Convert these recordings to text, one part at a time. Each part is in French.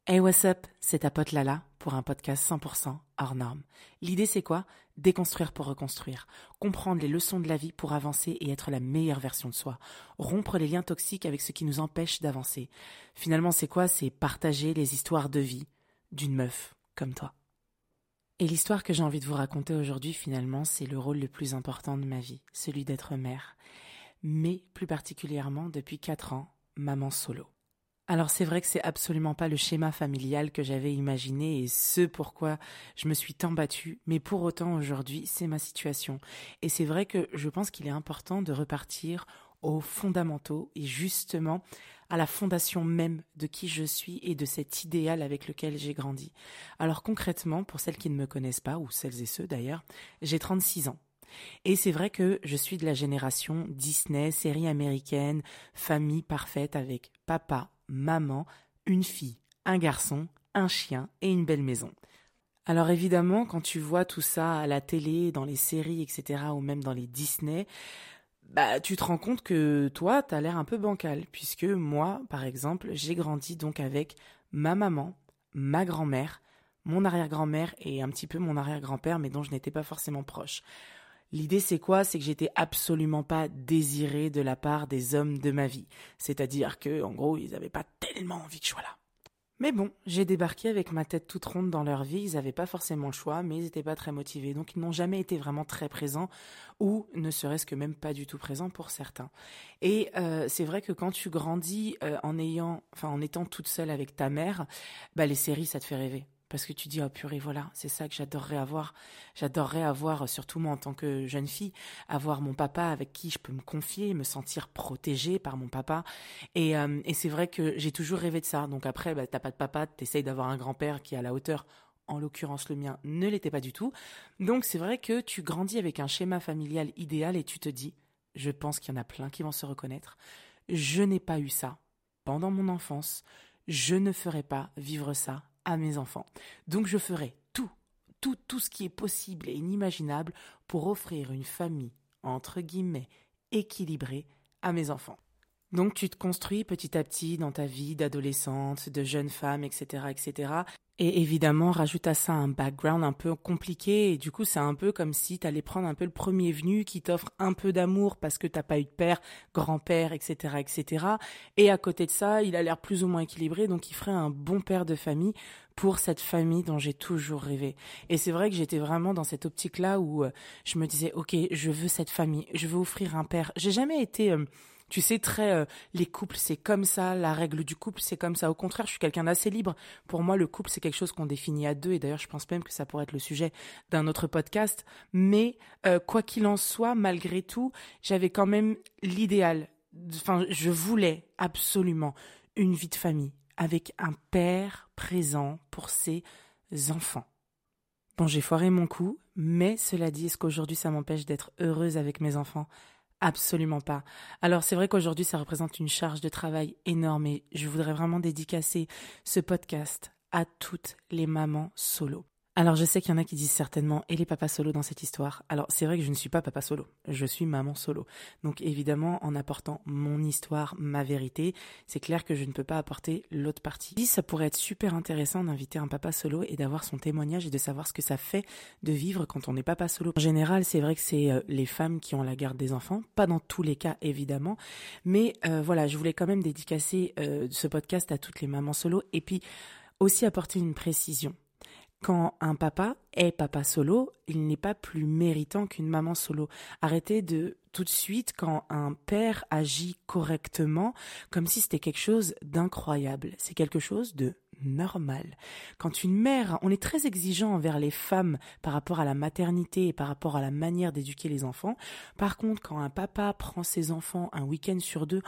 Hey, what's up? C'est ta pote Lala pour un podcast 100% hors norme. L'idée c'est quoi? Déconstruire pour reconstruire. Comprendre les leçons de la vie pour avancer et être la meilleure version de soi. Rompre les liens toxiques avec ce qui nous empêche d'avancer. Finalement c'est quoi? C'est partager les histoires de vie d'une meuf comme toi. Et l'histoire que j'ai envie de vous raconter aujourd'hui finalement c'est le rôle le plus important de ma vie, celui d'être mère. Mais plus particulièrement depuis 4 ans, maman solo. Alors c'est vrai que c'est absolument pas le schéma familial que j'avais imaginé et ce pourquoi je me suis tant battue, mais pour autant aujourd'hui c'est ma situation. Et c'est vrai que je pense qu'il est important de repartir aux fondamentaux et justement à la fondation même de qui je suis et de cet idéal avec lequel j'ai grandi. Alors concrètement, pour celles qui ne me connaissent pas, ou celles et ceux d'ailleurs, j'ai 36 ans. Et c'est vrai que je suis de la génération Disney, série américaine, famille parfaite avec papa, maman, une fille, un garçon, un chien et une belle maison. Alors évidemment, quand tu vois tout ça à la télé, dans les séries, etc., ou même dans les Disney, tu te rends compte que toi, t'as l'air un peu bancal, puisque moi, par exemple, j'ai grandi donc avec ma maman, ma grand-mère, mon arrière-grand-mère et un petit peu mon arrière-grand-père, mais dont je n'étais pas forcément proche. L'idée c'est quoi? C'est que j'étais absolument pas désirée de la part des hommes de ma vie. C'est-à-dire que, en gros, ils avaient pas tellement envie que je sois là. Mais bon, j'ai débarqué avec ma tête toute ronde dans leur vie, ils avaient pas forcément le choix, mais ils étaient pas très motivés, donc ils n'ont jamais été vraiment très présents, ou ne serait-ce que même pas du tout présents pour certains. Et c'est vrai que quand tu grandis en étant toute seule avec ta mère, les séries ça te fait rêver. Parce que tu dis, oh purée, voilà, c'est ça que j'adorerais avoir. J'adorerais avoir, surtout moi en tant que jeune fille, avoir mon papa avec qui je peux me confier, me sentir protégée par mon papa. Et c'est vrai que j'ai toujours rêvé de ça. Donc après, t'as pas de papa, t'essayes d'avoir un grand-père qui est à la hauteur. En l'occurrence, le mien ne l'était pas du tout. Donc c'est vrai que tu grandis avec un schéma familial idéal et tu te dis, je pense qu'il y en a plein qui vont se reconnaître. Je n'ai pas eu ça pendant mon enfance. Je ne ferai pas vivre ça à mes enfants. Donc je ferai tout ce qui est possible et inimaginable pour offrir une famille, entre guillemets, équilibrée à mes enfants. Donc tu te construis petit à petit dans ta vie d'adolescente, de jeune femme, etc., etc. Et évidemment, rajoute à ça un background un peu compliqué et du coup, c'est un peu comme si tu allais prendre un peu le premier venu qui t'offre un peu d'amour parce que t'as pas eu de père, grand-père, etc., etc. Et à côté de ça, il a l'air plus ou moins équilibré, donc il ferait un bon père de famille pour cette famille dont j'ai toujours rêvé. Et c'est vrai que j'étais vraiment dans cette optique-là où je me disais, ok, je veux cette famille, je veux offrir un père. J'ai jamais été... tu sais, très les couples, c'est comme ça, la règle du couple, c'est comme ça. Au contraire, je suis quelqu'un d'assez libre. Pour moi, le couple, c'est quelque chose qu'on définit à deux. Et d'ailleurs, je pense même que ça pourrait être le sujet d'un autre podcast. Mais quoi qu'il en soit, malgré tout, j'avais quand même l'idéal. Enfin, je voulais absolument une vie de famille avec un père présent pour ses enfants. Bon, j'ai foiré mon coup, mais cela dit, est-ce qu'aujourd'hui, ça m'empêche d'être heureuse avec mes enfants ? Absolument pas. Alors c'est vrai qu'aujourd'hui ça représente une charge de travail énorme et je voudrais vraiment dédicacer ce podcast à toutes les mamans solo. Alors je sais qu'il y en a qui disent certainement et les papas solo dans cette histoire. Alors c'est vrai que je ne suis pas papa solo, je suis maman solo. Donc évidemment en apportant mon histoire, ma vérité, c'est clair que je ne peux pas apporter l'autre partie. Ça pourrait être super intéressant d'inviter un papa solo et d'avoir son témoignage et de savoir ce que ça fait de vivre quand on n'est papa solo. En général c'est vrai que c'est les femmes qui ont la garde des enfants, pas dans tous les cas évidemment, mais voilà, je voulais quand même dédicacer ce podcast à toutes les mamans solo et puis aussi apporter une précision. Quand un papa est papa solo, il n'est pas plus méritant qu'une maman solo. Arrêtez de tout de suite quand un père agit correctement, comme si c'était quelque chose d'incroyable. C'est quelque chose de normal. Quand une mère, on est très exigeant envers les femmes par rapport à la maternité et par rapport à la manière d'éduquer les enfants. Par contre, quand un papa prend ses enfants un week-end sur 2,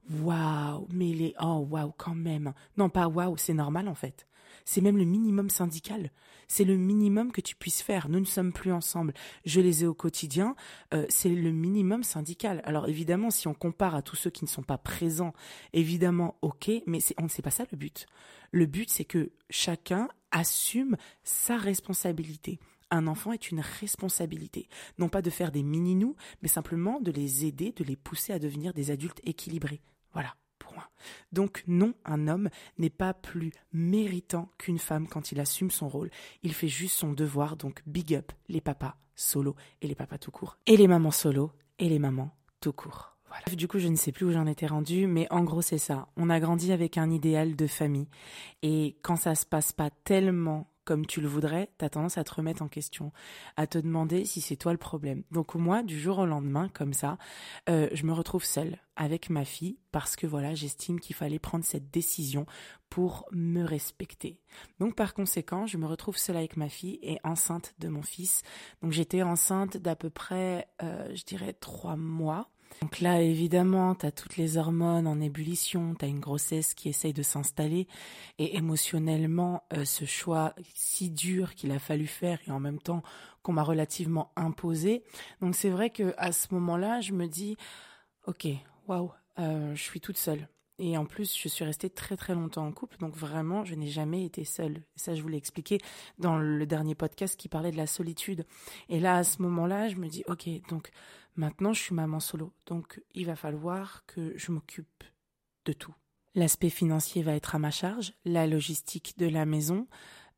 waouh, mais il est, oh waouh quand même. Non, pas waouh, c'est normal en fait. C'est même le minimum syndical. C'est le minimum que tu puisses faire. Nous ne sommes plus ensemble. Je les ai au quotidien. C'est le minimum syndical. Alors évidemment, si on compare à tous ceux qui ne sont pas présents, évidemment, ok, mais c'est pas ça le but. Le but, c'est que chacun assume sa responsabilité. Un enfant est une responsabilité. Non pas de faire des mini-nous, mais simplement de les aider, de les pousser à devenir des adultes équilibrés. Voilà, pour loin. Donc non, un homme n'est pas plus méritant qu'une femme quand il assume son rôle. Il fait juste son devoir, donc big up les papas solo et les papas tout court. Et les mamans solo et les mamans tout court. Voilà. Du coup, je ne sais plus où j'en étais rendue, mais en gros, c'est ça. On a grandi avec un idéal de famille. Et quand ça se passe pas tellement comme tu le voudrais, t'as tendance à te remettre en question, à te demander si c'est toi le problème. Donc moi, du jour au lendemain, comme ça, je me retrouve seule avec ma fille parce que voilà, j'estime qu'il fallait prendre cette décision pour me respecter. Donc par conséquent, je me retrouve seule avec ma fille et enceinte de mon fils. Donc j'étais enceinte d'à peu près, je dirais 3 mois. Donc là, évidemment, t'as toutes les hormones en ébullition, t'as une grossesse qui essaye de s'installer et émotionnellement, ce choix si dur qu'il a fallu faire et en même temps qu'on m'a relativement imposé. Donc c'est vrai que à ce moment-là, je me dis, ok, waouh, je suis toute seule. Et en plus, je suis restée très très longtemps en couple, donc vraiment, je n'ai jamais été seule. Et ça, je vous l'ai expliqué dans le dernier podcast qui parlait de la solitude. Et là, à ce moment-là, je me dis, ok, donc maintenant, je suis maman solo. Donc, il va falloir que je m'occupe de tout. L'aspect financier va être à ma charge, la logistique de la maison,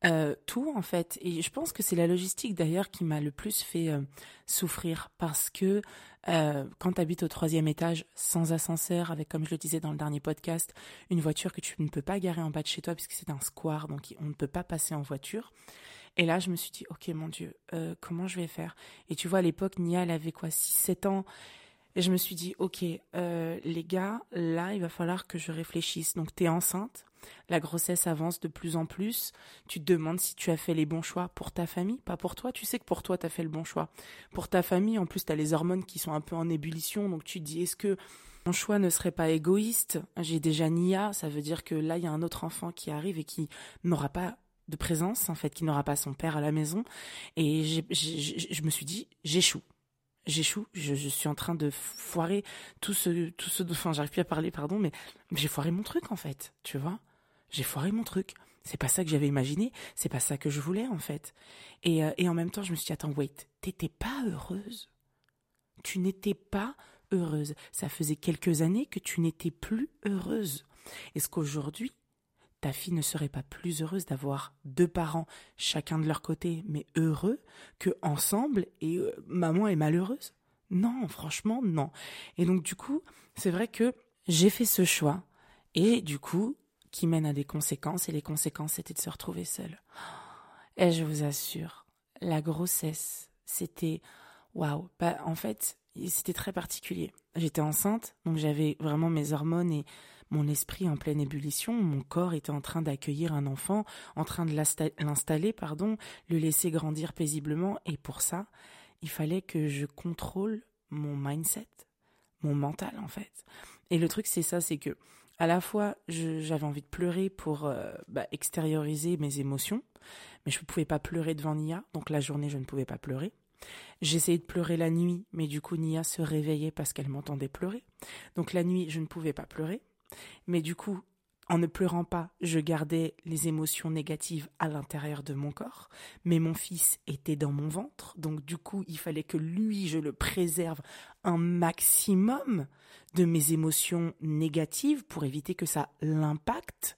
tout en fait. Et je pense que c'est la logistique d'ailleurs qui m'a le plus fait souffrir parce que quand tu habites au 3e étage sans ascenseur avec, comme je le disais dans le dernier podcast, une voiture que tu ne peux pas garer en bas de chez toi puisque c'est un square, donc on ne peut pas passer en voiture. Et là, je me suis dit, ok mon Dieu, comment je vais faire? Et tu vois, à l'époque, Nia, elle avait quoi, 6-7 ans. Et je me suis dit, ok, les gars, là, il va falloir que je réfléchisse. Donc, t'es enceinte, la grossesse avance de plus en plus. Tu te demandes si tu as fait les bons choix pour ta famille, pas pour toi. Tu sais que pour toi, t'as fait le bon choix. Pour ta famille, en plus, t'as les hormones qui sont un peu en ébullition. Donc, tu te dis, est-ce que mon choix ne serait pas égoïste? J'ai déjà Nia, ça veut dire que là, il y a un autre enfant qui arrive et qui n'aura pas de présence, en fait, qui n'aura pas son père à la maison. Et je me suis dit, j'échoue, je suis en train de foirer enfin, j'arrive plus à parler, pardon, mais j'ai foiré mon truc, en fait, tu vois. J'ai foiré mon truc. C'est pas ça que j'avais imaginé, c'est pas ça que je voulais, en fait. Et en même temps, je me suis dit, attends, wait, t'étais pas heureuse? Tu n'étais pas heureuse. Ça faisait quelques années que tu n'étais plus heureuse. Est-ce qu'aujourd'hui, ta fille ne serait pas plus heureuse d'avoir 2 parents, chacun de leur côté, mais heureux, que ensemble et maman est malheureuse? Non, franchement, non. Et donc, du coup, c'est vrai que j'ai fait ce choix et du coup, qui mène à des conséquences et les conséquences, c'était de se retrouver seule. Et je vous assure, la grossesse, c'était waouh. Bah, en fait, c'était très particulier. J'étais enceinte, donc j'avais vraiment mes hormones et mon esprit en pleine ébullition. Mon corps était en train d'accueillir un enfant, en train de l'installer, le laisser grandir paisiblement. Et pour ça, il fallait que je contrôle mon mindset, mon mental en fait. Et le truc, c'est ça, c'est que à la fois, j'avais envie de pleurer pour extérioriser mes émotions, mais je ne pouvais pas pleurer devant Nia, donc la journée, je ne pouvais pas pleurer. J'essayais de pleurer la nuit, mais du coup, Nia se réveillait parce qu'elle m'entendait pleurer. Donc la nuit, je ne pouvais pas pleurer. Mais du coup, en ne pleurant pas, je gardais les émotions négatives à l'intérieur de mon corps. Mais mon fils était dans mon ventre. Donc du coup, il fallait que lui, je le préserve un maximum de mes émotions négatives pour éviter que ça l'impacte.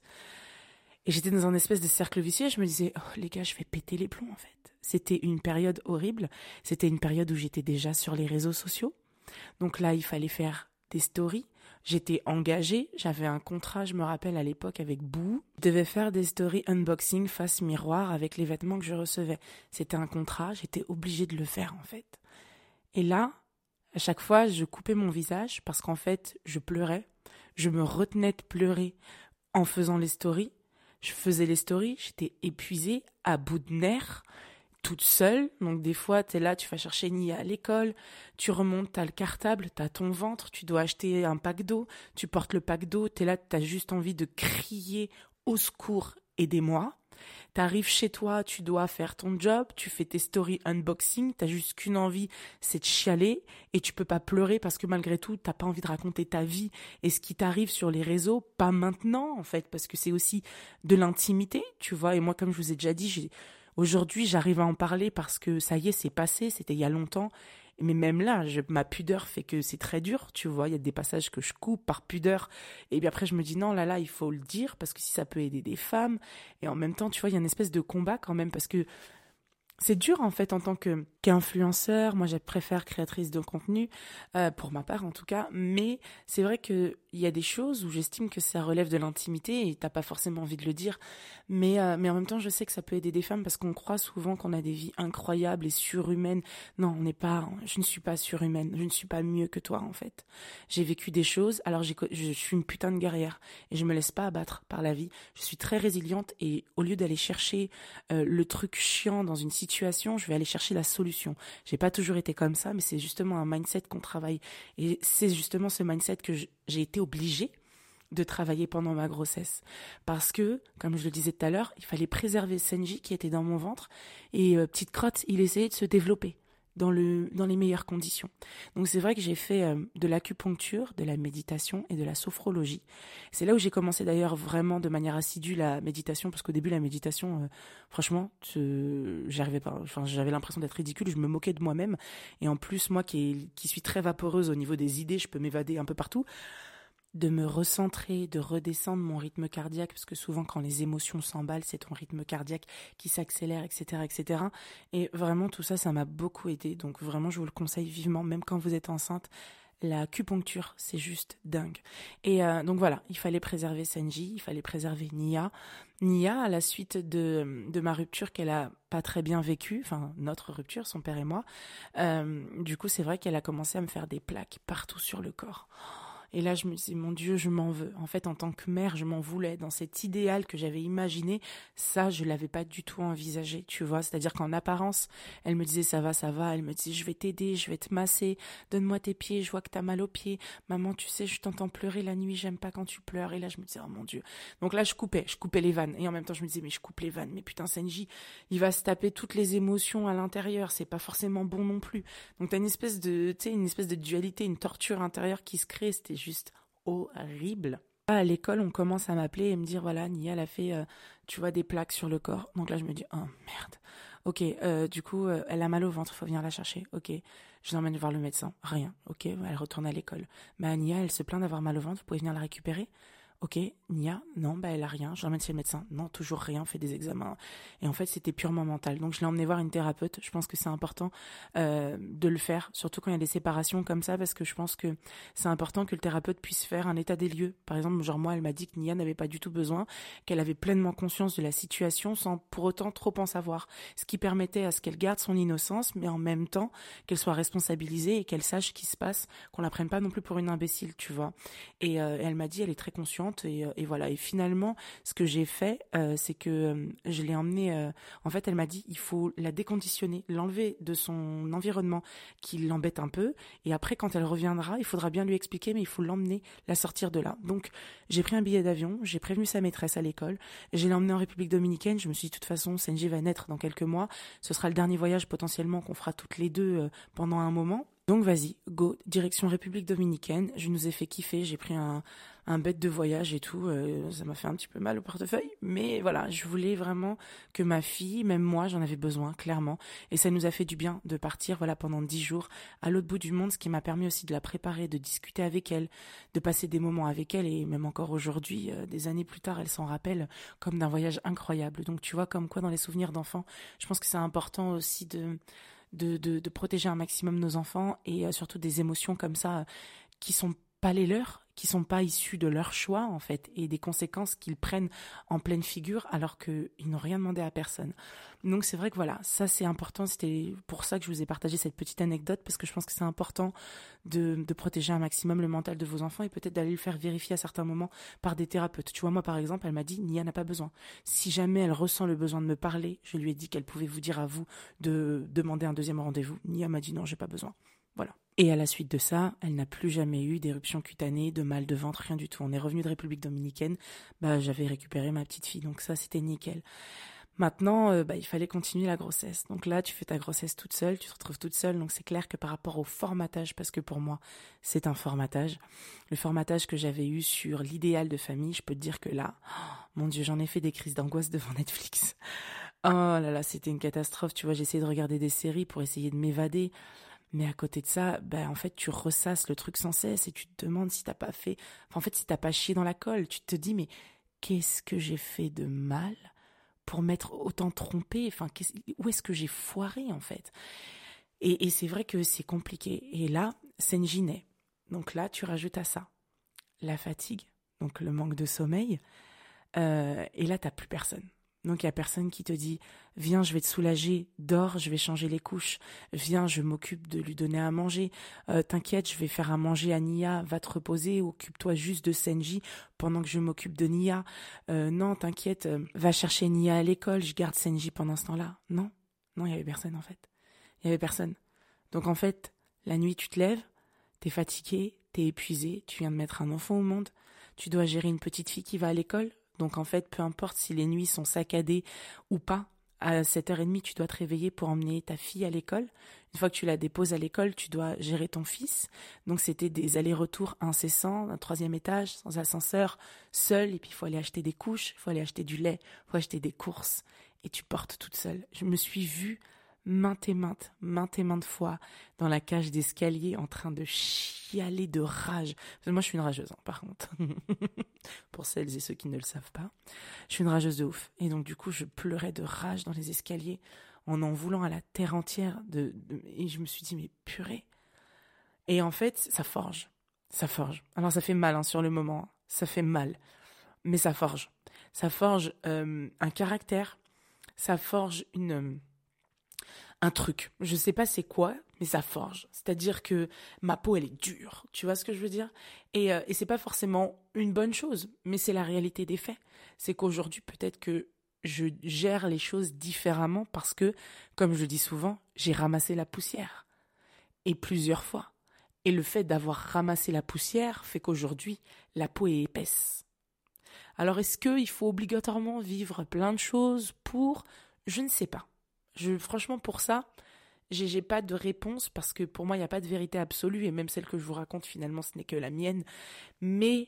Et j'étais dans un espèce de cercle vicieux et je me disais, oh les gars, je vais péter les plombs en fait. C'était une période horrible. C'était une période où j'étais déjà sur les réseaux sociaux. Donc là, il fallait faire des stories. J'étais engagée, j'avais un contrat, je me rappelle à l'époque avec Boo. Je devais faire des stories unboxing face miroir avec les vêtements que je recevais. C'était un contrat, j'étais obligée de le faire en fait. Et là, à chaque fois, je coupais mon visage parce qu'en fait, je pleurais. Je me retenais de pleurer en faisant les stories. Je faisais les stories, j'étais épuisée, à bout de nerfs, toute seule. Donc des fois, t'es là, tu vas chercher Nia à l'école, tu remontes, t'as le cartable, t'as ton ventre, tu dois acheter un pack d'eau, tu portes le pack d'eau, t'es là, t'as juste envie de crier au secours, aidez-moi. T'arrives chez toi, tu dois faire ton job, tu fais tes stories unboxing, t'as juste qu'une envie, c'est de chialer et tu peux pas pleurer parce que malgré tout, t'as pas envie de raconter ta vie et ce qui t'arrive sur les réseaux, pas maintenant en fait, parce que c'est aussi de l'intimité, tu vois. Et moi, comme je vous ai déjà dit, aujourd'hui, j'arrive à en parler parce que ça y est, c'est passé, c'était il y a longtemps Mais même là, ma pudeur fait que c'est très dur, tu vois. Il y a des passages que je coupe par pudeur. Et puis après, je me dis non, là, il faut le dire parce que si ça peut aider des femmes. Et en même temps, tu vois, il y a une espèce de combat quand même parce que c'est dur en fait en tant qu'influenceur. Moi, je préfère créatrice de contenu, pour ma part en tout cas. Mais c'est vrai qu'il y a des choses où j'estime que ça relève de l'intimité et t'as pas forcément envie de le dire. Mais en même temps, je sais que ça peut aider des femmes parce qu'on croit souvent qu'on a des vies incroyables et surhumaines. Non, je ne suis pas surhumaine. Je ne suis pas mieux que toi en fait. J'ai vécu des choses. Alors je suis une putain de guerrière et je me laisse pas abattre par la vie. Je suis très résiliente et au lieu d'aller chercher le truc chiant dans une situation, je vais aller chercher la solution. J'ai pas toujours été comme ça, mais c'est justement un mindset qu'on travaille. Et c'est justement ce mindset que j'ai été obligée de travailler pendant ma grossesse. Parce que, comme je le disais tout à l'heure, il fallait préserver Senji qui était dans mon ventre. Et petite crotte, il essayait de se développer dans les meilleures conditions. Donc c'est vrai que j'ai fait de l'acupuncture, de la méditation et de la sophrologie. C'est là où j'ai commencé d'ailleurs vraiment de manière assidue la méditation, parce qu'au début la méditation, franchement, j'arrivais pas. Enfin, j'avais l'impression d'être ridicule, je me moquais de moi-même. Et en plus, moi qui suis très vaporeuse au niveau des idées, je peux m'évader un peu partout. De me recentrer, de redescendre mon rythme cardiaque, parce que souvent quand les émotions s'emballent, c'est ton rythme cardiaque qui s'accélère, etc., etc. Et vraiment tout ça, ça m'a beaucoup aidé. Donc vraiment, je vous le conseille vivement, même quand vous êtes enceinte. La acupuncture, c'est juste dingue. Et donc voilà, il fallait préserver Senji, il fallait préserver Nia. Nia, à la suite de ma rupture qu'elle a pas très bien vécue, enfin notre rupture, son père et moi, du coup c'est vrai qu'elle a commencé à me faire des plaques partout sur le corps. Et là, je me disais, mon Dieu, je m'en veux. En fait, en tant que mère, je m'en voulais. Dans cet idéal que j'avais imaginé, ça, je l'avais pas du tout envisagé, tu vois. C'est-à-dire qu'en apparence, elle me disait, ça va, ça va. Elle me disait, je vais t'aider, je vais te masser. Donne-moi tes pieds, je vois que t'as mal aux pieds. Maman, tu sais, je t'entends pleurer la nuit, j'aime pas quand tu pleures. Et là, je me disais, oh mon Dieu. Donc là, je coupais les vannes. Et en même temps, je me disais, mais je coupe les vannes. Mais putain, Senji, il va se taper toutes les émotions à l'intérieur. C'est pas forcément bon non plus. Donc t'as une espèce de dualité, une torture intérieure qui se crée. C'était juste horrible. À l'école, on commence à m'appeler et me dire, voilà, Nia, elle a fait, tu vois, des plaques sur le corps. Donc là, je me dis, oh merde. Ok, du coup, elle a mal au ventre, faut venir la chercher. Ok, je l'emmène voir le médecin. Rien. Ok, elle retourne à l'école. Bah, Nia, elle se plaint d'avoir mal au ventre, vous pouvez venir la récupérer? Ok, Nia, non, bah elle a rien, je l'emmène chez le médecin. Non, toujours rien, on fait des examens. Et en fait, c'était purement mental. Donc, je l'ai emmené voir une thérapeute. Je pense que c'est important de le faire, surtout quand il y a des séparations comme ça, parce que je pense que c'est important que le thérapeute puisse faire un état des lieux. Par exemple, genre moi, elle m'a dit que Nia n'avait pas du tout besoin, qu'elle avait pleinement conscience de la situation sans pour autant trop en savoir. Ce qui permettait à ce qu'elle garde son innocence, mais en même temps, qu'elle soit responsabilisée et qu'elle sache ce qui se passe, qu'on la prenne pas non plus pour une imbécile, tu vois. Et elle m'a dit, elle est très consciente. Et voilà. Et finalement, ce que j'ai fait, c'est que je l'ai emmenée. En fait, elle m'a dit, il faut la déconditionner, l'enlever de son environnement qui l'embête un peu. Et après, quand elle reviendra, il faudra bien lui expliquer, mais il faut l'emmener, la sortir de là. Donc, j'ai pris un billet d'avion, j'ai prévenu sa maîtresse à l'école, je l'ai emmenée en République dominicaine. Je me suis dit, de toute façon, Senji va naître dans quelques mois. Ce sera le dernier voyage potentiellement qu'on fera toutes les deux pendant un moment. Donc vas-y, go, direction République dominicaine. Je nous ai fait kiffer, j'ai pris un bête de voyage et tout. Ça m'a fait un petit peu mal au portefeuille. Mais voilà, je voulais vraiment que ma fille, même moi, j'en avais besoin, clairement. Et ça nous a fait du bien de partir voilà pendant 10 jours à l'autre bout du monde, ce qui m'a permis aussi de la préparer, de discuter avec elle, de passer des moments avec elle. Et même encore aujourd'hui, des années plus tard, elle s'en rappelle comme d'un voyage incroyable. Donc tu vois, comme quoi dans les souvenirs d'enfants, je pense que c'est important aussi de protéger un maximum nos enfants et surtout des émotions comme ça qui sont pas les leurs, qui sont pas issues de leur choix en fait et des conséquences qu'ils prennent en pleine figure alors qu'ils n'ont rien demandé à personne. Donc c'est vrai que voilà, ça c'est important, c'était pour ça que je vous ai partagé cette petite anecdote parce que je pense que c'est important de protéger un maximum le mental de vos enfants et peut-être d'aller le faire vérifier à certains moments par des thérapeutes. Tu vois, moi par exemple, elle m'a dit, Nia n'a pas besoin. Si jamais elle ressent le besoin de me parler, je lui ai dit qu'elle pouvait vous dire à vous de demander un deuxième rendez-vous. Nia m'a dit non, j'ai pas besoin. Voilà. Et à la suite de ça, elle n'a plus jamais eu d'éruption cutanée, de mal de ventre, rien du tout. On est revenu de République dominicaine, j'avais récupéré ma petite fille, donc ça c'était nickel. Maintenant, il fallait continuer la grossesse. Donc là, tu fais ta grossesse toute seule, tu te retrouves toute seule. Donc c'est clair que par rapport au formatage, parce que pour moi, c'est un formatage, le formatage que j'avais eu sur l'idéal de famille, je peux te dire que là, mon Dieu, j'en ai fait des crises d'angoisse devant Netflix. Oh là là, c'était une catastrophe. Tu vois, j'ai essayé de regarder des séries pour essayer de m'évader. Mais à côté de ça, en fait, tu ressasses le truc sans cesse et tu te demandes si t'as pas fait, enfin, en fait, si t'as pas chié dans la colle. Tu te dis, mais qu'est-ce que j'ai fait de mal pour m'être autant trompée? Enfin, où est-ce que j'ai foiré, en fait? Et c'est vrai que c'est compliqué. Et là, Senji naît. Donc là, tu rajoutes à ça la fatigue, donc le manque de sommeil. Et là, t'as plus personne. Donc il y a personne qui te dit « Viens, je vais te soulager, dors, je vais changer les couches. Viens, je m'occupe de lui donner à manger. T'inquiète, je vais faire à manger à Nia, va te reposer, occupe-toi juste de Senji pendant que je m'occupe de Nia. Non, t'inquiète, va chercher Nia à l'école, je garde Senji pendant ce temps-là. » Non, il y avait personne en fait. Il y avait personne. Donc en fait, la nuit, tu te lèves, t'es fatigué, t'es épuisé, tu viens de mettre un enfant au monde, tu dois gérer une petite fille qui va à l'école. Donc en fait, peu importe si les nuits sont saccadées ou pas, à 7h30, tu dois te réveiller pour emmener ta fille à l'école. Une fois que tu la déposes à l'école, tu dois gérer ton fils. Donc c'était des allers-retours incessants, un 3e étage, sans ascenseur, seul. Et puis il faut aller acheter des couches, il faut aller acheter du lait, il faut acheter des courses. Et tu portes toute seule. Je me suis vue maintes et maintes fois dans la cage d'escalier en train de chialer de rage. Parce que moi, je suis une rageuse, par contre. Pour celles et ceux qui ne le savent pas. Je suis une rageuse de ouf. Et donc, du coup, je pleurais de rage dans les escaliers en voulant à la terre entière. Et je me suis dit, mais purée. Et en fait, ça forge. Ça forge. Alors, ça fait mal sur le moment. Ça fait mal. Mais ça forge. Ça forge un caractère. Ça forge un truc. Je sais pas c'est quoi, mais ça forge. C'est-à-dire que ma peau, elle est dure. Tu vois ce que je veux dire? Et c'est pas forcément une bonne chose, mais c'est la réalité des faits. C'est qu'aujourd'hui, peut-être que je gère les choses différemment parce que, comme je dis souvent, j'ai ramassé la poussière. Et plusieurs fois. Et le fait d'avoir ramassé la poussière fait qu'aujourd'hui, la peau est épaisse. Alors, est-ce qu'il faut obligatoirement vivre plein de choses pour... Je ne sais pas. Franchement, pour ça, j'ai pas de réponse parce que pour moi, il n'y a pas de vérité absolue et même celle que je vous raconte, finalement, ce n'est que la mienne. Mais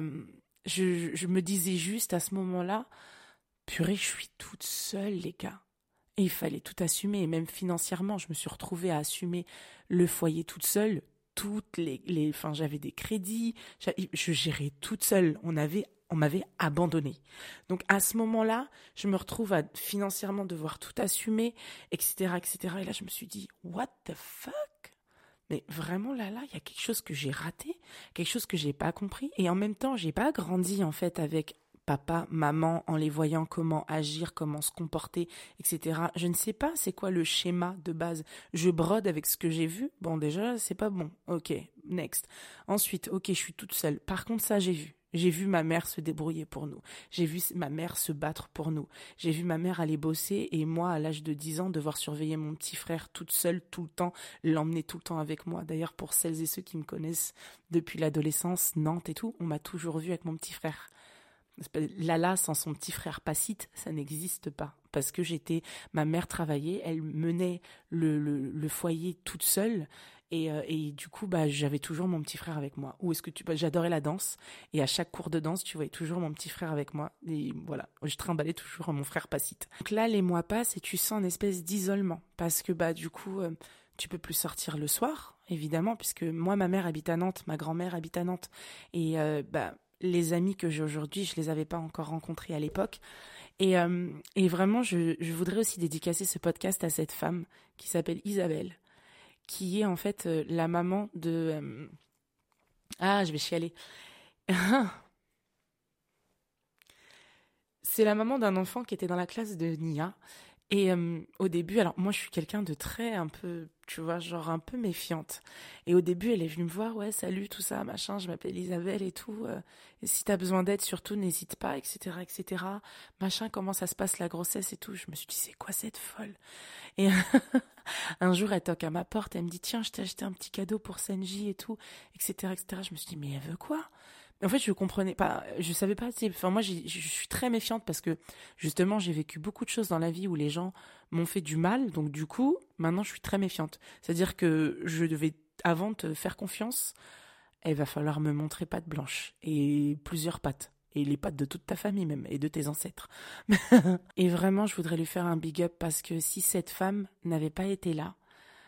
je me disais juste à ce moment-là, purée, je suis toute seule, les gars. Et il fallait tout assumer. Et même financièrement, je me suis retrouvée à assumer le foyer toute seule. Enfin, j'avais des crédits, je gérais toute seule. On m'avait abandonnée. Donc à ce moment-là, je me retrouve à financièrement devoir tout assumer, etc., etc. Et là, je me suis dit, what the fuck? Mais vraiment là, il y a quelque chose que j'ai raté, quelque chose que j'ai pas compris. Et en même temps, j'ai pas grandi en fait avec papa, maman, en les voyant comment agir, comment se comporter, etc. Je ne sais pas c'est quoi le schéma de base. Je brode avec ce que j'ai vu. Bon, déjà, c'est pas bon. Ok, next. Ensuite, ok, je suis toute seule. Par contre, ça, j'ai vu. J'ai vu ma mère se débrouiller pour nous. J'ai vu ma mère se battre pour nous. J'ai vu ma mère aller bosser et moi, à l'âge de 10 ans, devoir surveiller mon petit frère toute seule, tout le temps, l'emmener tout le temps avec moi. D'ailleurs, pour celles et ceux qui me connaissent depuis l'adolescence, Nantes et tout, on m'a toujours vu avec mon petit frère. Lala sans son petit frère Pacite, ça n'existe pas. Parce que ma mère travaillait, elle menait le foyer toute seule. Et du coup, j'avais toujours mon petit frère avec moi. Ou est-ce que j'adorais la danse. Et à chaque cours de danse, tu voyais toujours mon petit frère avec moi. Et voilà, je trimballais toujours mon frère Pacite. Donc là, les mois passent et tu sens une espèce d'isolement. Parce que du coup, tu peux plus sortir le soir, évidemment, puisque moi, ma mère habite à Nantes, ma grand-mère habite à Nantes. Et les amis que j'ai aujourd'hui, je les avais pas encore rencontrés à l'époque. Et vraiment, je voudrais aussi dédicacer ce podcast à cette femme qui s'appelle Isabelle, qui est en fait la maman de... je vais chialer. C'est la maman d'un enfant qui était dans la classe de Nia. Et au début, alors moi je suis quelqu'un de très un peu, tu vois, genre un peu méfiante. Et au début, elle est venue me voir, ouais, salut, tout ça, machin, je m'appelle Isabelle et tout. Et si t'as besoin d'aide, surtout, n'hésite pas, etc., etc. Machin, comment ça se passe la grossesse et tout. Je me suis dit, c'est quoi cette folle? Et un jour, elle toque à ma porte, elle me dit, tiens, je t'ai acheté un petit cadeau pour Senji et tout, etc., etc. Je me suis dit, mais elle veut quoi? En fait, je comprenais pas, je savais pas, enfin, moi, je suis très méfiante parce que, justement, j'ai vécu beaucoup de choses dans la vie où les gens m'ont fait du mal. Donc, du coup, maintenant, je suis très méfiante. C'est-à-dire que je devais, avant de te faire confiance, il va falloir me montrer patte blanche et plusieurs pattes. Et les pattes de toute ta famille même, et de tes ancêtres. Et vraiment, je voudrais lui faire un big up parce que si cette femme n'avait pas été là,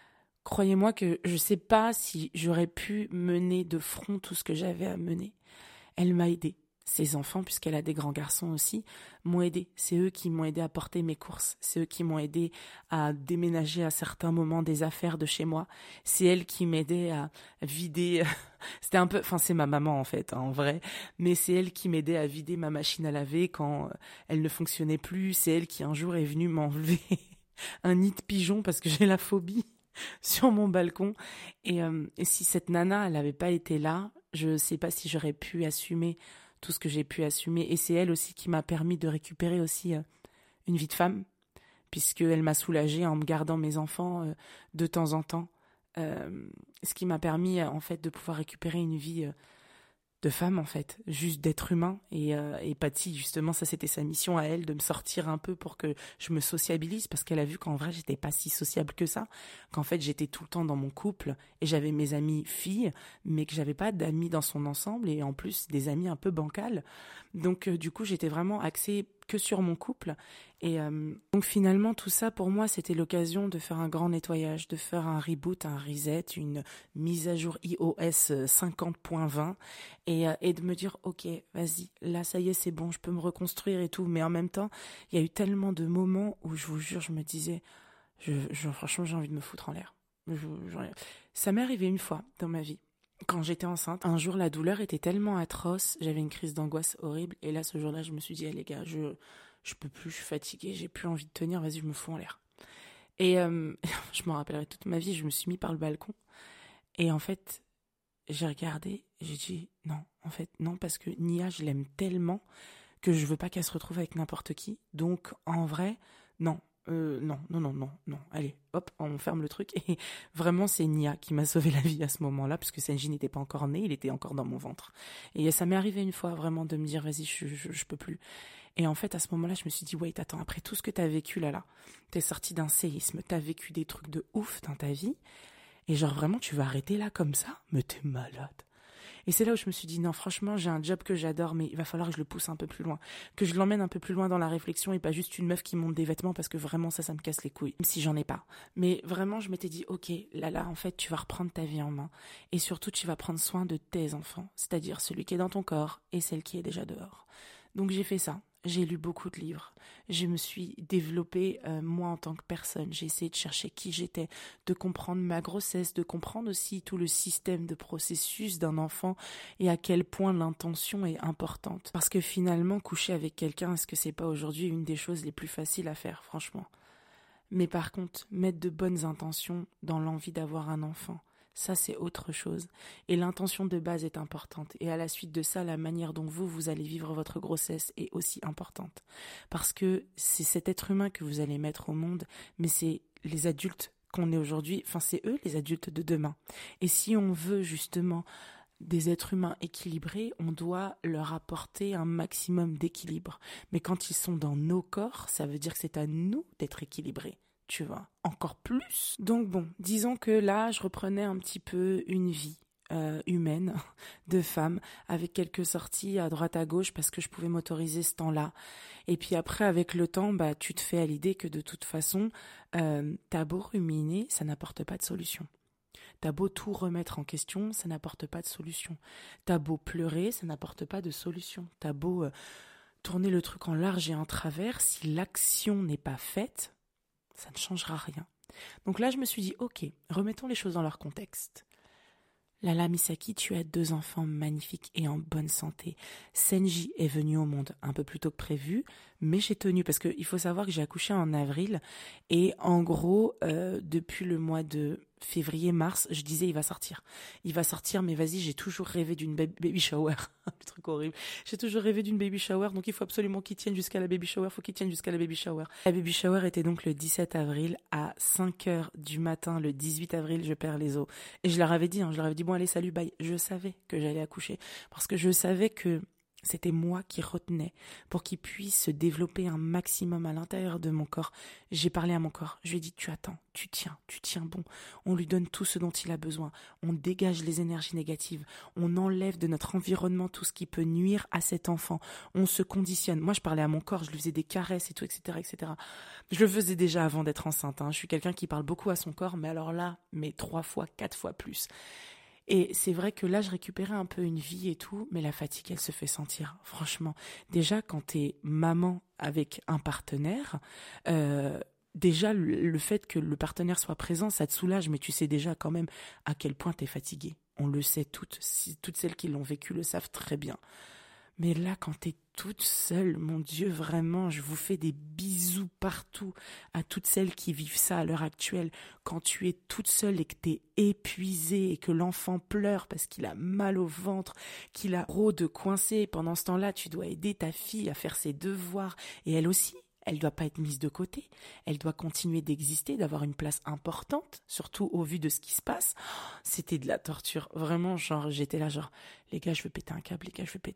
croyez-moi que je sais pas si j'aurais pu mener de front tout ce que j'avais à mener. Elle m'a aidée. Ses enfants, puisqu'elle a des grands garçons aussi, m'ont aidée. C'est eux qui m'ont aidé à porter mes courses. C'est eux qui m'ont aidé à déménager à certains moments des affaires de chez moi. C'est elle qui m'aidait à vider. C'était un peu, enfin c'est ma maman en fait, en vrai. Mais c'est elle qui m'aidait à vider ma machine à laver quand elle ne fonctionnait plus. C'est elle qui un jour est venue m'enlever un nid de pigeon parce que j'ai la phobie sur mon balcon. Et si cette nana, elle n'avait pas été là, je sais pas si j'aurais pu assumer tout ce que j'ai pu assumer. Et c'est elle aussi qui m'a permis de récupérer aussi une vie de femme, puisqu'elle m'a soulagée en me gardant mes enfants de temps en temps. Ce qui m'a permis en fait de pouvoir récupérer une vie de femme en fait, juste d'être humain. Et Patty, justement, ça c'était sa mission à elle, de me sortir un peu pour que je me sociabilise, parce qu'elle a vu qu'en vrai j'étais pas si sociable que ça, qu'en fait j'étais tout le temps dans mon couple et j'avais mes amies filles, mais que j'avais pas d'amis dans son ensemble, et en plus des amis un peu bancales. Donc du coup j'étais vraiment axée que sur mon couple. Et donc finalement tout ça pour moi c'était l'occasion de faire un grand nettoyage, de faire un reboot, un reset, une mise à jour iOS 50.20, et de me dire ok, vas-y, là ça y est, c'est bon, je peux me reconstruire et tout. Mais en même temps il y a eu tellement de moments où je vous jure je me disais franchement j'ai envie de me foutre en l'air. Ça m'est arrivé une fois dans ma vie. Quand j'étais enceinte, un jour la douleur était tellement atroce, j'avais une crise d'angoisse horrible, et là ce jour-là je me suis dit les gars, je peux plus, je suis fatiguée, j'ai plus envie de tenir, vas-y je me fous en l'air. Et je m'en rappellerai toute ma vie, je me suis mis par le balcon, et en fait j'ai regardé, j'ai dit non, en fait non, parce que Nia je l'aime tellement que je veux pas qu'elle se retrouve avec n'importe qui, donc en vrai non. Non. Allez, hop, on ferme le truc. Et vraiment, c'est Nia qui m'a sauvé la vie à ce moment-là, parce que Senji n'était pas encore né, il était encore dans mon ventre. Et ça m'est arrivé une fois, vraiment, de me dire, vas-y, je peux plus. Et en fait, à ce moment-là, je me suis dit, wait, attends, après tout ce que t'as vécu là, t'es sorti d'un séisme, t'as vécu des trucs de ouf dans ta vie, et genre vraiment, tu vas arrêter là comme ça? Mais t'es malade. Et c'est là où je me suis dit, non, franchement, j'ai un job que j'adore, mais il va falloir que je le pousse un peu plus loin, que je l'emmène un peu plus loin dans la réflexion, et pas juste une meuf qui monte des vêtements, parce que vraiment, ça me casse les couilles, même si j'en ai pas. Mais vraiment, je m'étais dit, ok, là, en fait, tu vas reprendre ta vie en main, et surtout, tu vas prendre soin de tes enfants, c'est-à-dire celui qui est dans ton corps et celle qui est déjà dehors. Donc j'ai fait ça. J'ai lu beaucoup de livres, je me suis développée moi en tant que personne, j'ai essayé de chercher qui j'étais, de comprendre ma grossesse, de comprendre aussi tout le système de processus d'un enfant et à quel point l'intention est importante. Parce que finalement, coucher avec quelqu'un, est-ce que c'est pas aujourd'hui une des choses les plus faciles à faire, franchement? Mais par contre, mettre de bonnes intentions dans l'envie d'avoir un enfant, ça c'est autre chose. Et l'intention de base est importante. Et à la suite de ça, la manière dont vous allez vivre votre grossesse est aussi importante. Parce que c'est cet être humain que vous allez mettre au monde, mais c'est les adultes qu'on est aujourd'hui, enfin c'est eux les adultes de demain. Et si on veut justement des êtres humains équilibrés, on doit leur apporter un maximum d'équilibre. Mais quand ils sont dans nos corps, ça veut dire que c'est à nous d'être équilibrés. Tu vois, encore plus. Donc bon, disons que là, je reprenais un petit peu une vie humaine de femme, avec quelques sorties à droite à gauche parce que je pouvais m'autoriser ce temps-là. Et puis après, avec le temps, tu te fais à l'idée que de toute façon, t'as beau ruminer, ça n'apporte pas de solution. T'as beau tout remettre en question, ça n'apporte pas de solution. T'as beau pleurer, ça n'apporte pas de solution. T'as beau tourner le truc en large et en travers, si l'action n'est pas faite, ça ne changera rien. Donc là, je me suis dit, ok, remettons les choses dans leur contexte. Lala Misaki, tu as 2 enfants magnifiques et en bonne santé. Senji est venu au monde un peu plus tôt que prévu, mais j'ai tenu parce qu'il faut savoir que j'ai accouché en avril et en gros, depuis le mois de février-mars, je disais il va sortir, mais vas-y, j'ai toujours rêvé d'une baby shower, un truc horrible. J'ai toujours rêvé d'une baby shower, donc il faut absolument qu'il tienne jusqu'à la baby shower, La baby shower était donc le 17 avril à 5h du matin, le 18 avril, je perds les os. Et je leur avais dit, bon allez, salut, bye. Je savais que j'allais accoucher, parce que je savais que C'était moi qui retenais pour qu'il puisse se développer un maximum à l'intérieur de mon corps. J'ai parlé à mon corps. Je lui ai dit, tu attends, tu tiens bon. On lui donne tout ce dont il a besoin. On dégage les énergies négatives. On enlève de notre environnement tout ce qui peut nuire à cet enfant. On se conditionne. Moi, je parlais à mon corps, je lui faisais des caresses et tout, etc., etc. Je le faisais déjà avant d'être enceinte. Je suis quelqu'un qui parle beaucoup à son corps, mais alors là, 3 fois, 4 fois plus. Et c'est vrai que là, je récupérais un peu une vie et tout, mais la fatigue, elle se fait sentir. Franchement, déjà, quand t'es maman avec un partenaire, déjà, le fait que le partenaire soit présent, ça te soulage, mais tu sais déjà quand même à quel point t'es fatiguée. On le sait toutes celles qui l'ont vécu le savent très bien. Mais là, quand t'es toute seule, mon Dieu, vraiment, je vous fais des bisous partout à toutes celles qui vivent ça à l'heure actuelle. Quand tu es toute seule et que t'es épuisée et que l'enfant pleure parce qu'il a mal au ventre, qu'il a trop de coincé, pendant ce temps-là, tu dois aider ta fille à faire ses devoirs et elle aussi. Elle ne doit pas être mise de côté, elle doit continuer d'exister, d'avoir une place importante, surtout au vu de ce qui se passe. C'était de la torture, vraiment, j'étais là les gars, je veux péter un câble,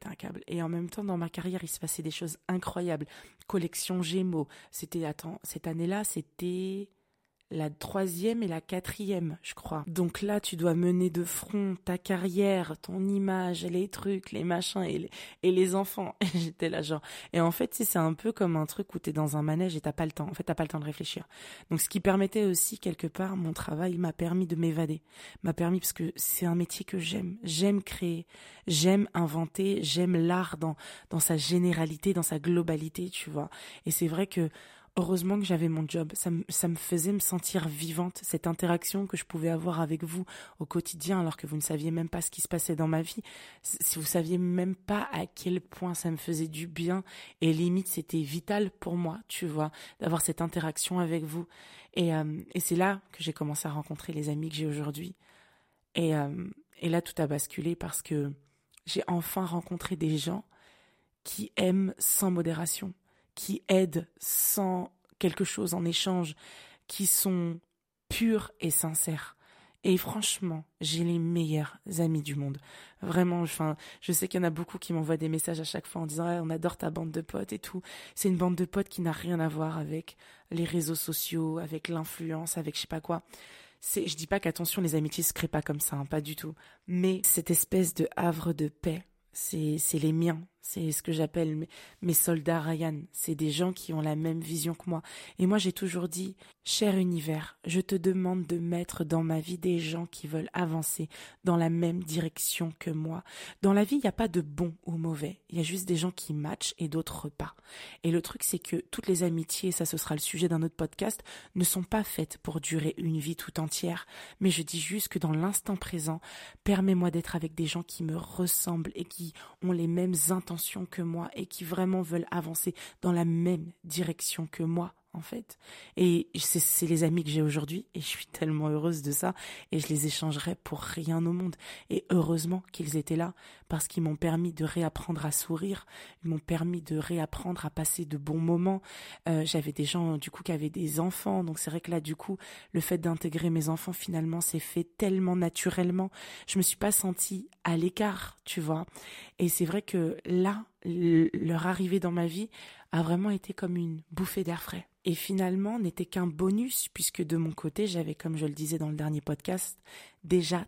Et en même temps, dans ma carrière, il se passait des choses incroyables. Collection Gémeaux, cette année-là, c'était la 3e et la 4e, je crois. Donc là, tu dois mener de front ta carrière, ton image, les trucs, les machins et les enfants. Et j'étais là Et en fait, c'est un peu comme un truc où t'es dans un manège et t'as pas le temps. En fait, t'as pas le temps de réfléchir. Donc ce qui permettait aussi, quelque part, mon travail m'a permis de m'évader. M'a permis parce que c'est un métier que j'aime. J'aime créer, j'aime inventer, j'aime l'art dans sa généralité, dans sa globalité, tu vois. Et c'est vrai que heureusement que j'avais mon job, ça me faisait me sentir vivante, cette interaction que je pouvais avoir avec vous au quotidien alors que vous ne saviez même pas ce qui se passait dans ma vie, si vous saviez même pas à quel point ça me faisait du bien et limite c'était vital pour moi, tu vois, d'avoir cette interaction avec vous et c'est là que j'ai commencé à rencontrer les amis que j'ai aujourd'hui et là tout a basculé parce que j'ai enfin rencontré des gens qui aiment sans modération, qui aident sans quelque chose en échange, qui sont purs et sincères. Et franchement, j'ai les meilleurs amis du monde. Vraiment, je sais qu'il y en a beaucoup qui m'envoient des messages à chaque fois en disant on adore ta bande de potes et tout. C'est une bande de potes qui n'a rien à voir avec les réseaux sociaux, avec l'influence, avec je sais pas quoi. Je dis pas qu'attention, les amitiés se créent pas comme ça, pas du tout. Mais cette espèce de havre de paix, c'est les miens. C'est ce que j'appelle mes soldats Ryan. C'est des gens qui ont la même vision que moi. Et moi, j'ai toujours dit, cher univers, je te demande de mettre dans ma vie des gens qui veulent avancer dans la même direction que moi. Dans la vie, il n'y a pas de bon ou mauvais. Il y a juste des gens qui matchent et d'autres pas. Et le truc, c'est que toutes les amitiés, ça ce sera le sujet d'un autre podcast, ne sont pas faites pour durer une vie tout entière. Mais je dis juste que dans l'instant présent, permets-moi d'être avec des gens qui me ressemblent et qui ont les mêmes intentions que moi et qui vraiment veulent avancer dans la même direction que moi en fait. Et c'est les amis que j'ai aujourd'hui et je suis tellement heureuse de ça et je les échangerai pour rien au monde. Et heureusement qu'ils étaient là parce qu'ils m'ont permis de réapprendre à sourire, ils m'ont permis de réapprendre à passer de bons moments. J'avais des gens du coup qui avaient des enfants, donc c'est vrai que là du coup le fait d'intégrer mes enfants finalement s'est fait tellement naturellement. Je me suis pas sentie à l'écart, tu vois. Et c'est vrai que là, leur arrivée dans ma vie a vraiment été comme une bouffée d'air frais. Et finalement, n'était qu'un bonus puisque de mon côté, j'avais, comme je le disais dans le dernier podcast, déjà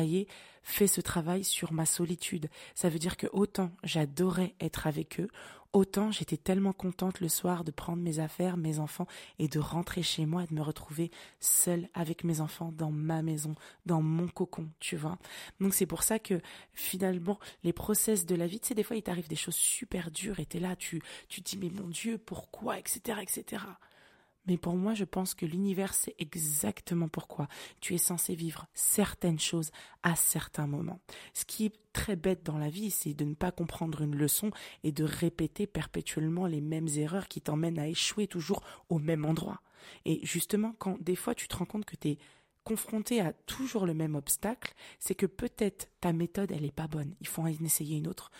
fait ce travail sur ma solitude. Ça veut dire que autant j'adorais être avec eux, autant j'étais tellement contente le soir de prendre mes affaires, mes enfants et de rentrer chez moi et de me retrouver seule avec mes enfants dans ma maison, dans mon cocon, tu vois. Donc c'est pour ça que finalement, les process de la vie, tu sais, des fois il t'arrive des choses super dures et t'es là, tu te dis mais mon Dieu, pourquoi, etc., etc. Mais pour moi, je pense que l'univers, c'est exactement pourquoi tu es censé vivre certaines choses à certains moments. Ce qui est très bête dans la vie, c'est de ne pas comprendre une leçon et de répéter perpétuellement les mêmes erreurs qui t'emmènent à échouer toujours au même endroit. Et justement, quand des fois tu te rends compte que tu es confronté à toujours le même obstacle, c'est que peut-être ta méthode, elle est pas bonne. Il faut en essayer une autre.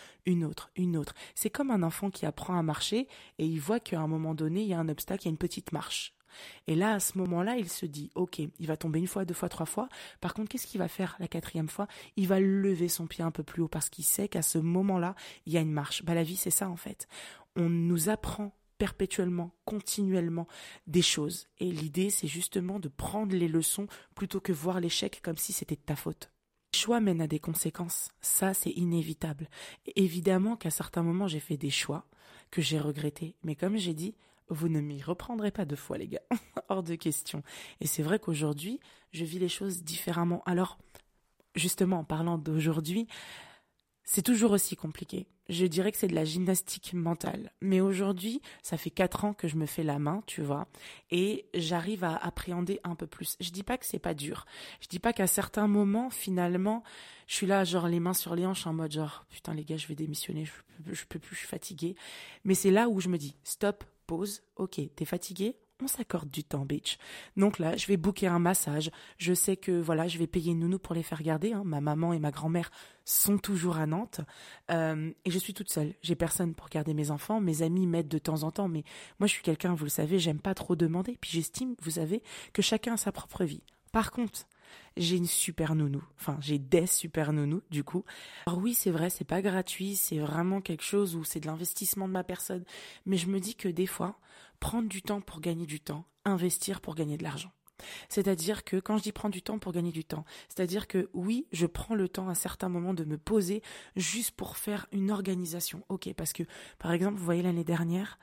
C'est comme un enfant qui apprend à marcher et il voit qu'à un moment donné, il y a un obstacle, il y a une petite marche. Et là, à ce moment-là, il se dit, ok, il va tomber une fois, 2 fois, 3 fois. Par contre, qu'est-ce qu'il va faire la 4e fois? Il va lever son pied un peu plus haut parce qu'il sait qu'à ce moment-là, il y a une marche. La vie, c'est ça en fait. On nous apprend perpétuellement, continuellement des choses. Et l'idée, c'est justement de prendre les leçons plutôt que voir l'échec comme si c'était de ta faute. Les choix mènent à des conséquences. Ça, c'est inévitable. Et évidemment qu'à certains moments, j'ai fait des choix que j'ai regrettés. Mais comme j'ai dit, vous ne m'y reprendrez pas 2 fois, les gars. Hors de question. Et c'est vrai qu'aujourd'hui, je vis les choses différemment. Alors, justement, en parlant d'aujourd'hui, c'est toujours aussi compliqué. Je dirais que c'est de la gymnastique mentale. Mais aujourd'hui, ça fait 4 ans que je me fais la main, tu vois, et j'arrive à appréhender un peu plus. Je dis pas que c'est pas dur. Je dis pas qu'à certains moments, finalement, je suis là, genre les mains sur les hanches, en mode genre, putain les gars, je vais démissionner, je peux plus, je suis fatiguée. Mais c'est là où je me dis, stop, pause, ok, t'es fatigué? On s'accorde du temps, bitch. Donc là, je vais booker un massage. Je sais que voilà, je vais payer une nounou pour les faire garder. Ma maman et ma grand-mère sont toujours à Nantes. Et je suis toute seule. J'ai personne pour garder mes enfants. Mes amis m'aident de temps en temps. Mais moi, je suis quelqu'un, vous le savez, j'aime pas trop demander. Puis j'estime, vous savez, que chacun a sa propre vie. Par contre, j'ai une super nounou. Enfin, j'ai des super nounous, du coup. Alors oui, c'est vrai, c'est pas gratuit. C'est vraiment quelque chose où c'est de l'investissement de ma personne. Mais je me dis que des fois, prendre du temps pour gagner du temps, investir pour gagner de l'argent. C'est-à-dire que quand je dis prendre du temps pour gagner du temps, c'est-à-dire que oui, je prends le temps à certains moments de me poser juste pour faire une organisation. Ok, parce que par exemple, vous voyez l'année dernière,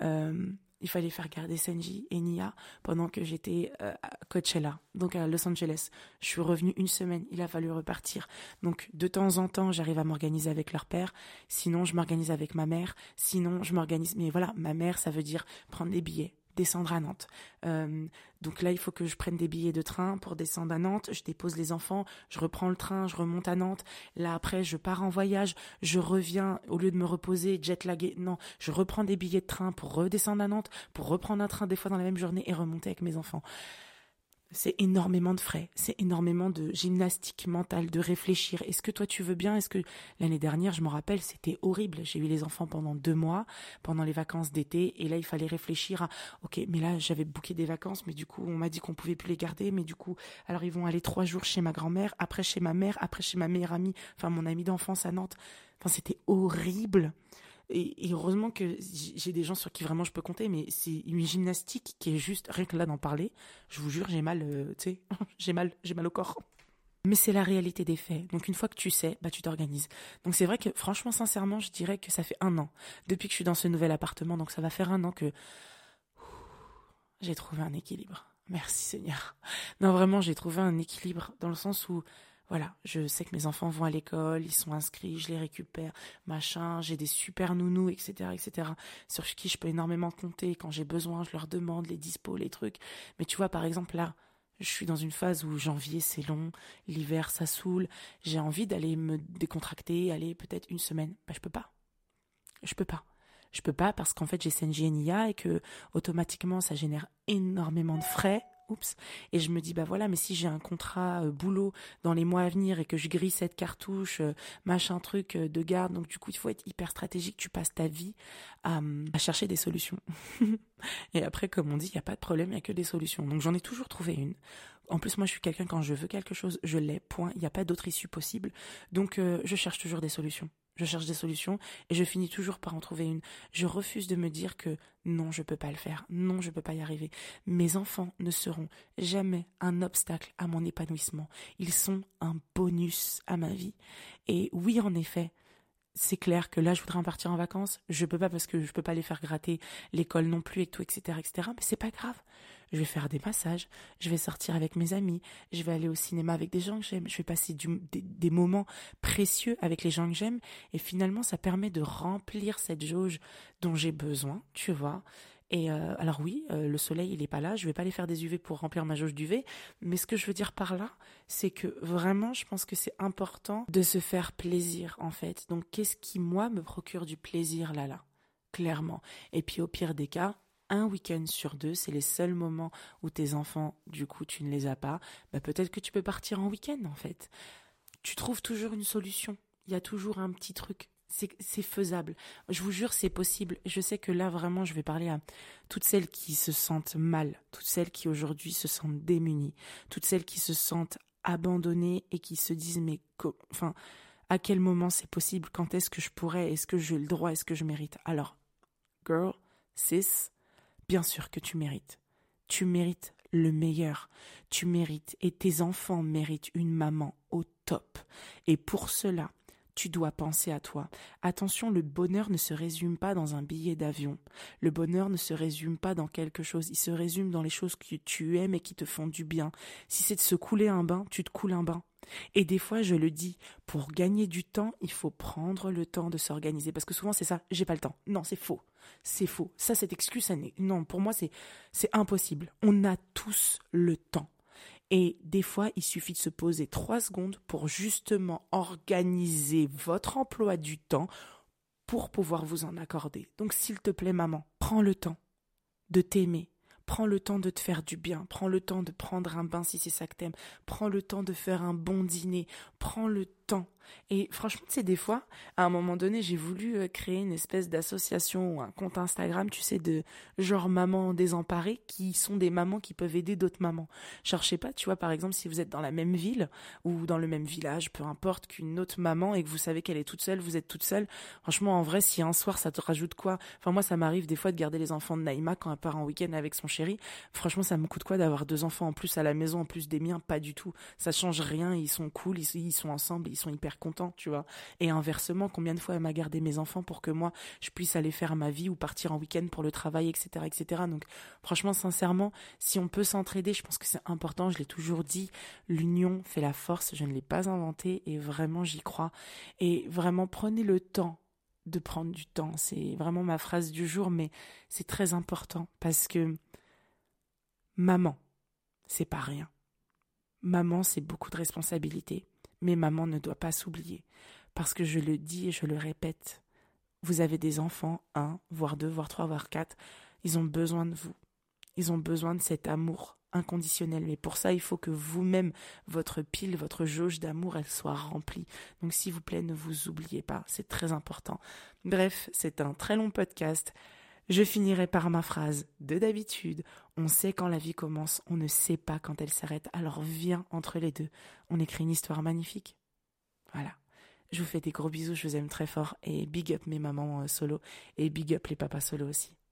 il fallait faire garder Senji et Nia pendant que j'étais à Coachella, donc à Los Angeles. Je suis revenue 1 semaine, il a fallu repartir. Donc de temps en temps, j'arrive à m'organiser avec leur père, sinon je m'organise avec ma mère, sinon je m'organise... Mais voilà, ma mère, ça veut dire prendre des billets, descendre à Nantes. Donc là, il faut que je prenne des billets de train pour descendre à Nantes. Je dépose les enfants, je reprends le train, je remonte à Nantes. Là, après, je pars en voyage, je reviens, au lieu de me reposer, jet-laguer. Non, je reprends des billets de train pour redescendre à Nantes, pour reprendre un train des fois dans la même journée et remonter avec mes enfants. C'est énormément de frais, c'est énormément de gymnastique mentale, de réfléchir. Est-ce que toi tu veux bien? Est-ce que l'année dernière, je me rappelle, c'était horrible. J'ai eu les enfants pendant 2 mois, pendant les vacances d'été, et là il fallait réfléchir à, ok, mais là j'avais booké des vacances, mais du coup on m'a dit qu'on pouvait plus les garder, mais du coup, alors ils vont aller 3 jours chez ma grand-mère, après chez ma mère, après chez ma meilleure amie, enfin mon amie d'enfance à Nantes. Enfin c'était horrible. Et heureusement que j'ai des gens sur qui vraiment je peux compter, mais c'est une gymnastique qui est juste, rien que là d'en parler, je vous jure, j'ai mal, tu sais, j'ai mal au corps. Mais c'est la réalité des faits. Donc une fois que tu sais, tu t'organises. Donc c'est vrai que franchement, sincèrement, je dirais que ça fait 1 an depuis que je suis dans ce nouvel appartement. Donc ça va faire 1 an que j'ai trouvé un équilibre. Merci Seigneur. Non, vraiment, j'ai trouvé un équilibre dans le sens où voilà, je sais que mes enfants vont à l'école, ils sont inscrits, je les récupère, machin, j'ai des super nounous, etc., sur qui je peux énormément compter. Quand j'ai besoin, je leur demande les dispos, les trucs. Mais tu vois, par exemple, là, je suis dans une phase où janvier, c'est long, l'hiver, ça saoule, j'ai envie d'aller me décontracter, aller peut-être 1 semaine. Je peux pas. Je peux pas. Je peux pas parce qu'en fait, j'ai Senji et Nia et que, automatiquement, ça génère énormément de frais. Oups. Et je me dis, voilà, mais si j'ai un contrat boulot dans les mois à venir et que je grille cette cartouche, machin truc de garde, donc du coup, il faut être hyper stratégique. Tu passes ta vie à chercher des solutions. Et après, comme on dit, il n'y a pas de problème, il n'y a que des solutions. Donc j'en ai toujours trouvé une. En plus, moi, je suis quelqu'un, quand je veux quelque chose, je l'ai, point. Il n'y a pas d'autre issue possible. Donc, je cherche toujours des solutions. Je cherche des solutions et je finis toujours par en trouver une. Je refuse de me dire que non, je peux pas le faire. Non, je peux pas y arriver. Mes enfants ne seront jamais un obstacle à mon épanouissement. Ils sont un bonus à ma vie. Et oui, en effet, c'est clair que là, je voudrais en partir en vacances. Je peux pas parce que je peux pas les faire gratter l'école non plus et tout, etc. Mais c'est pas grave. Je vais faire des massages, je vais sortir avec mes amis, je vais aller au cinéma avec des gens que j'aime, je vais passer des moments précieux avec les gens que j'aime. Et finalement, ça permet de remplir cette jauge dont j'ai besoin, tu vois. Et alors oui, le soleil, il est pas là. Je vais pas aller faire des UV pour remplir ma jauge d'UV. Mais ce que je veux dire par là, c'est que vraiment, je pense que c'est important de se faire plaisir, en fait. Donc, qu'est-ce qui, moi, me procure du plaisir là, clairement. Et puis, au pire des cas, un week-end sur 2, c'est les seuls moments où tes enfants, du coup, tu ne les as pas. Peut-être que tu peux partir en week-end, en fait. Tu trouves toujours une solution. Il y a toujours un petit truc. C'est faisable. Je vous jure, c'est possible. Je sais que là, vraiment, je vais parler à toutes celles qui se sentent mal, toutes celles qui aujourd'hui se sentent démunies, toutes celles qui se sentent abandonnées et qui se disent mais à quel moment c'est possible? Quand est-ce que je pourrais? Est-ce que j'ai le droit? Est-ce que je mérite? Alors, girl, sis, bien sûr que tu mérites. Tu mérites le meilleur. Tu mérites et tes enfants méritent une maman au top. Et pour cela, tu dois penser à toi. Attention, le bonheur ne se résume pas dans un billet d'avion. Le bonheur ne se résume pas dans quelque chose. Il se résume dans les choses que tu aimes et qui te font du bien. Si c'est de se couler un bain, tu te coules un bain. Et des fois, je le dis, pour gagner du temps, il faut prendre le temps de s'organiser. Parce que souvent, c'est ça, j'ai pas le temps. Non, c'est faux. C'est faux. Ça, cette excuse, non, pour moi, c'est impossible. On a tous le temps. Et des fois, il suffit de se poser 3 secondes pour justement organiser votre emploi du temps pour pouvoir vous en accorder. Donc, s'il te plaît, maman, prends le temps de t'aimer. Prends le temps de te faire du bien. Prends le temps de prendre un bain si c'est ça que t'aimes. Prends le temps de faire un bon dîner. Prends le temps. Et franchement, tu sais, des fois, à un moment donné, j'ai voulu créer une espèce d'association ou un compte Instagram, tu sais, de genre mamans désemparées, qui sont des mamans qui peuvent aider d'autres mamans. Genre, je sais pas, tu vois, par exemple, si vous êtes dans la même ville ou dans le même village, peu importe, qu'une autre maman et que vous savez qu'elle est toute seule, vous êtes toute seule. Franchement, en vrai, si un soir, ça te rajoute quoi? Enfin, moi, ça m'arrive des fois de garder les enfants de Naïma quand elle part en week-end avec son chéri. Franchement, ça me coûte quoi d'avoir 2 enfants en plus à la maison, en plus des miens? Pas du tout. Ça change rien, ils sont cool, ils sont ensemble, ils sont hyper contents, tu vois. Et inversement, combien de fois elle m'a gardé mes enfants pour que moi, je puisse aller faire ma vie ou partir en week-end pour le travail, etc., etc. Donc, franchement, sincèrement, si on peut s'entraider, je pense que c'est important, je l'ai toujours dit, l'union fait la force, je ne l'ai pas inventé et vraiment, j'y crois. Et vraiment, prenez le temps de prendre du temps. C'est vraiment ma phrase du jour, mais c'est très important parce que maman, c'est pas rien. Maman, c'est beaucoup de responsabilités, mais maman ne doit pas s'oublier. Parce que je le dis et je le répète, vous avez des enfants, 1, voire 2, voire 3, voire 4, ils ont besoin de vous. Ils ont besoin de cet amour inconditionnel. Mais pour ça, il faut que vous-même, votre pile, votre jauge d'amour, elle soit remplie. Donc s'il vous plaît, ne vous oubliez pas, c'est très important. Bref, c'est un très long podcast. Je finirai par ma phrase de d'habitude. On sait quand la vie commence, on ne sait pas quand elle s'arrête. Alors viens entre les deux. On écrit une histoire magnifique. Voilà. Je vous fais des gros bisous, je vous aime très fort. Et big up mes mamans solo. Et big up les papas solo aussi.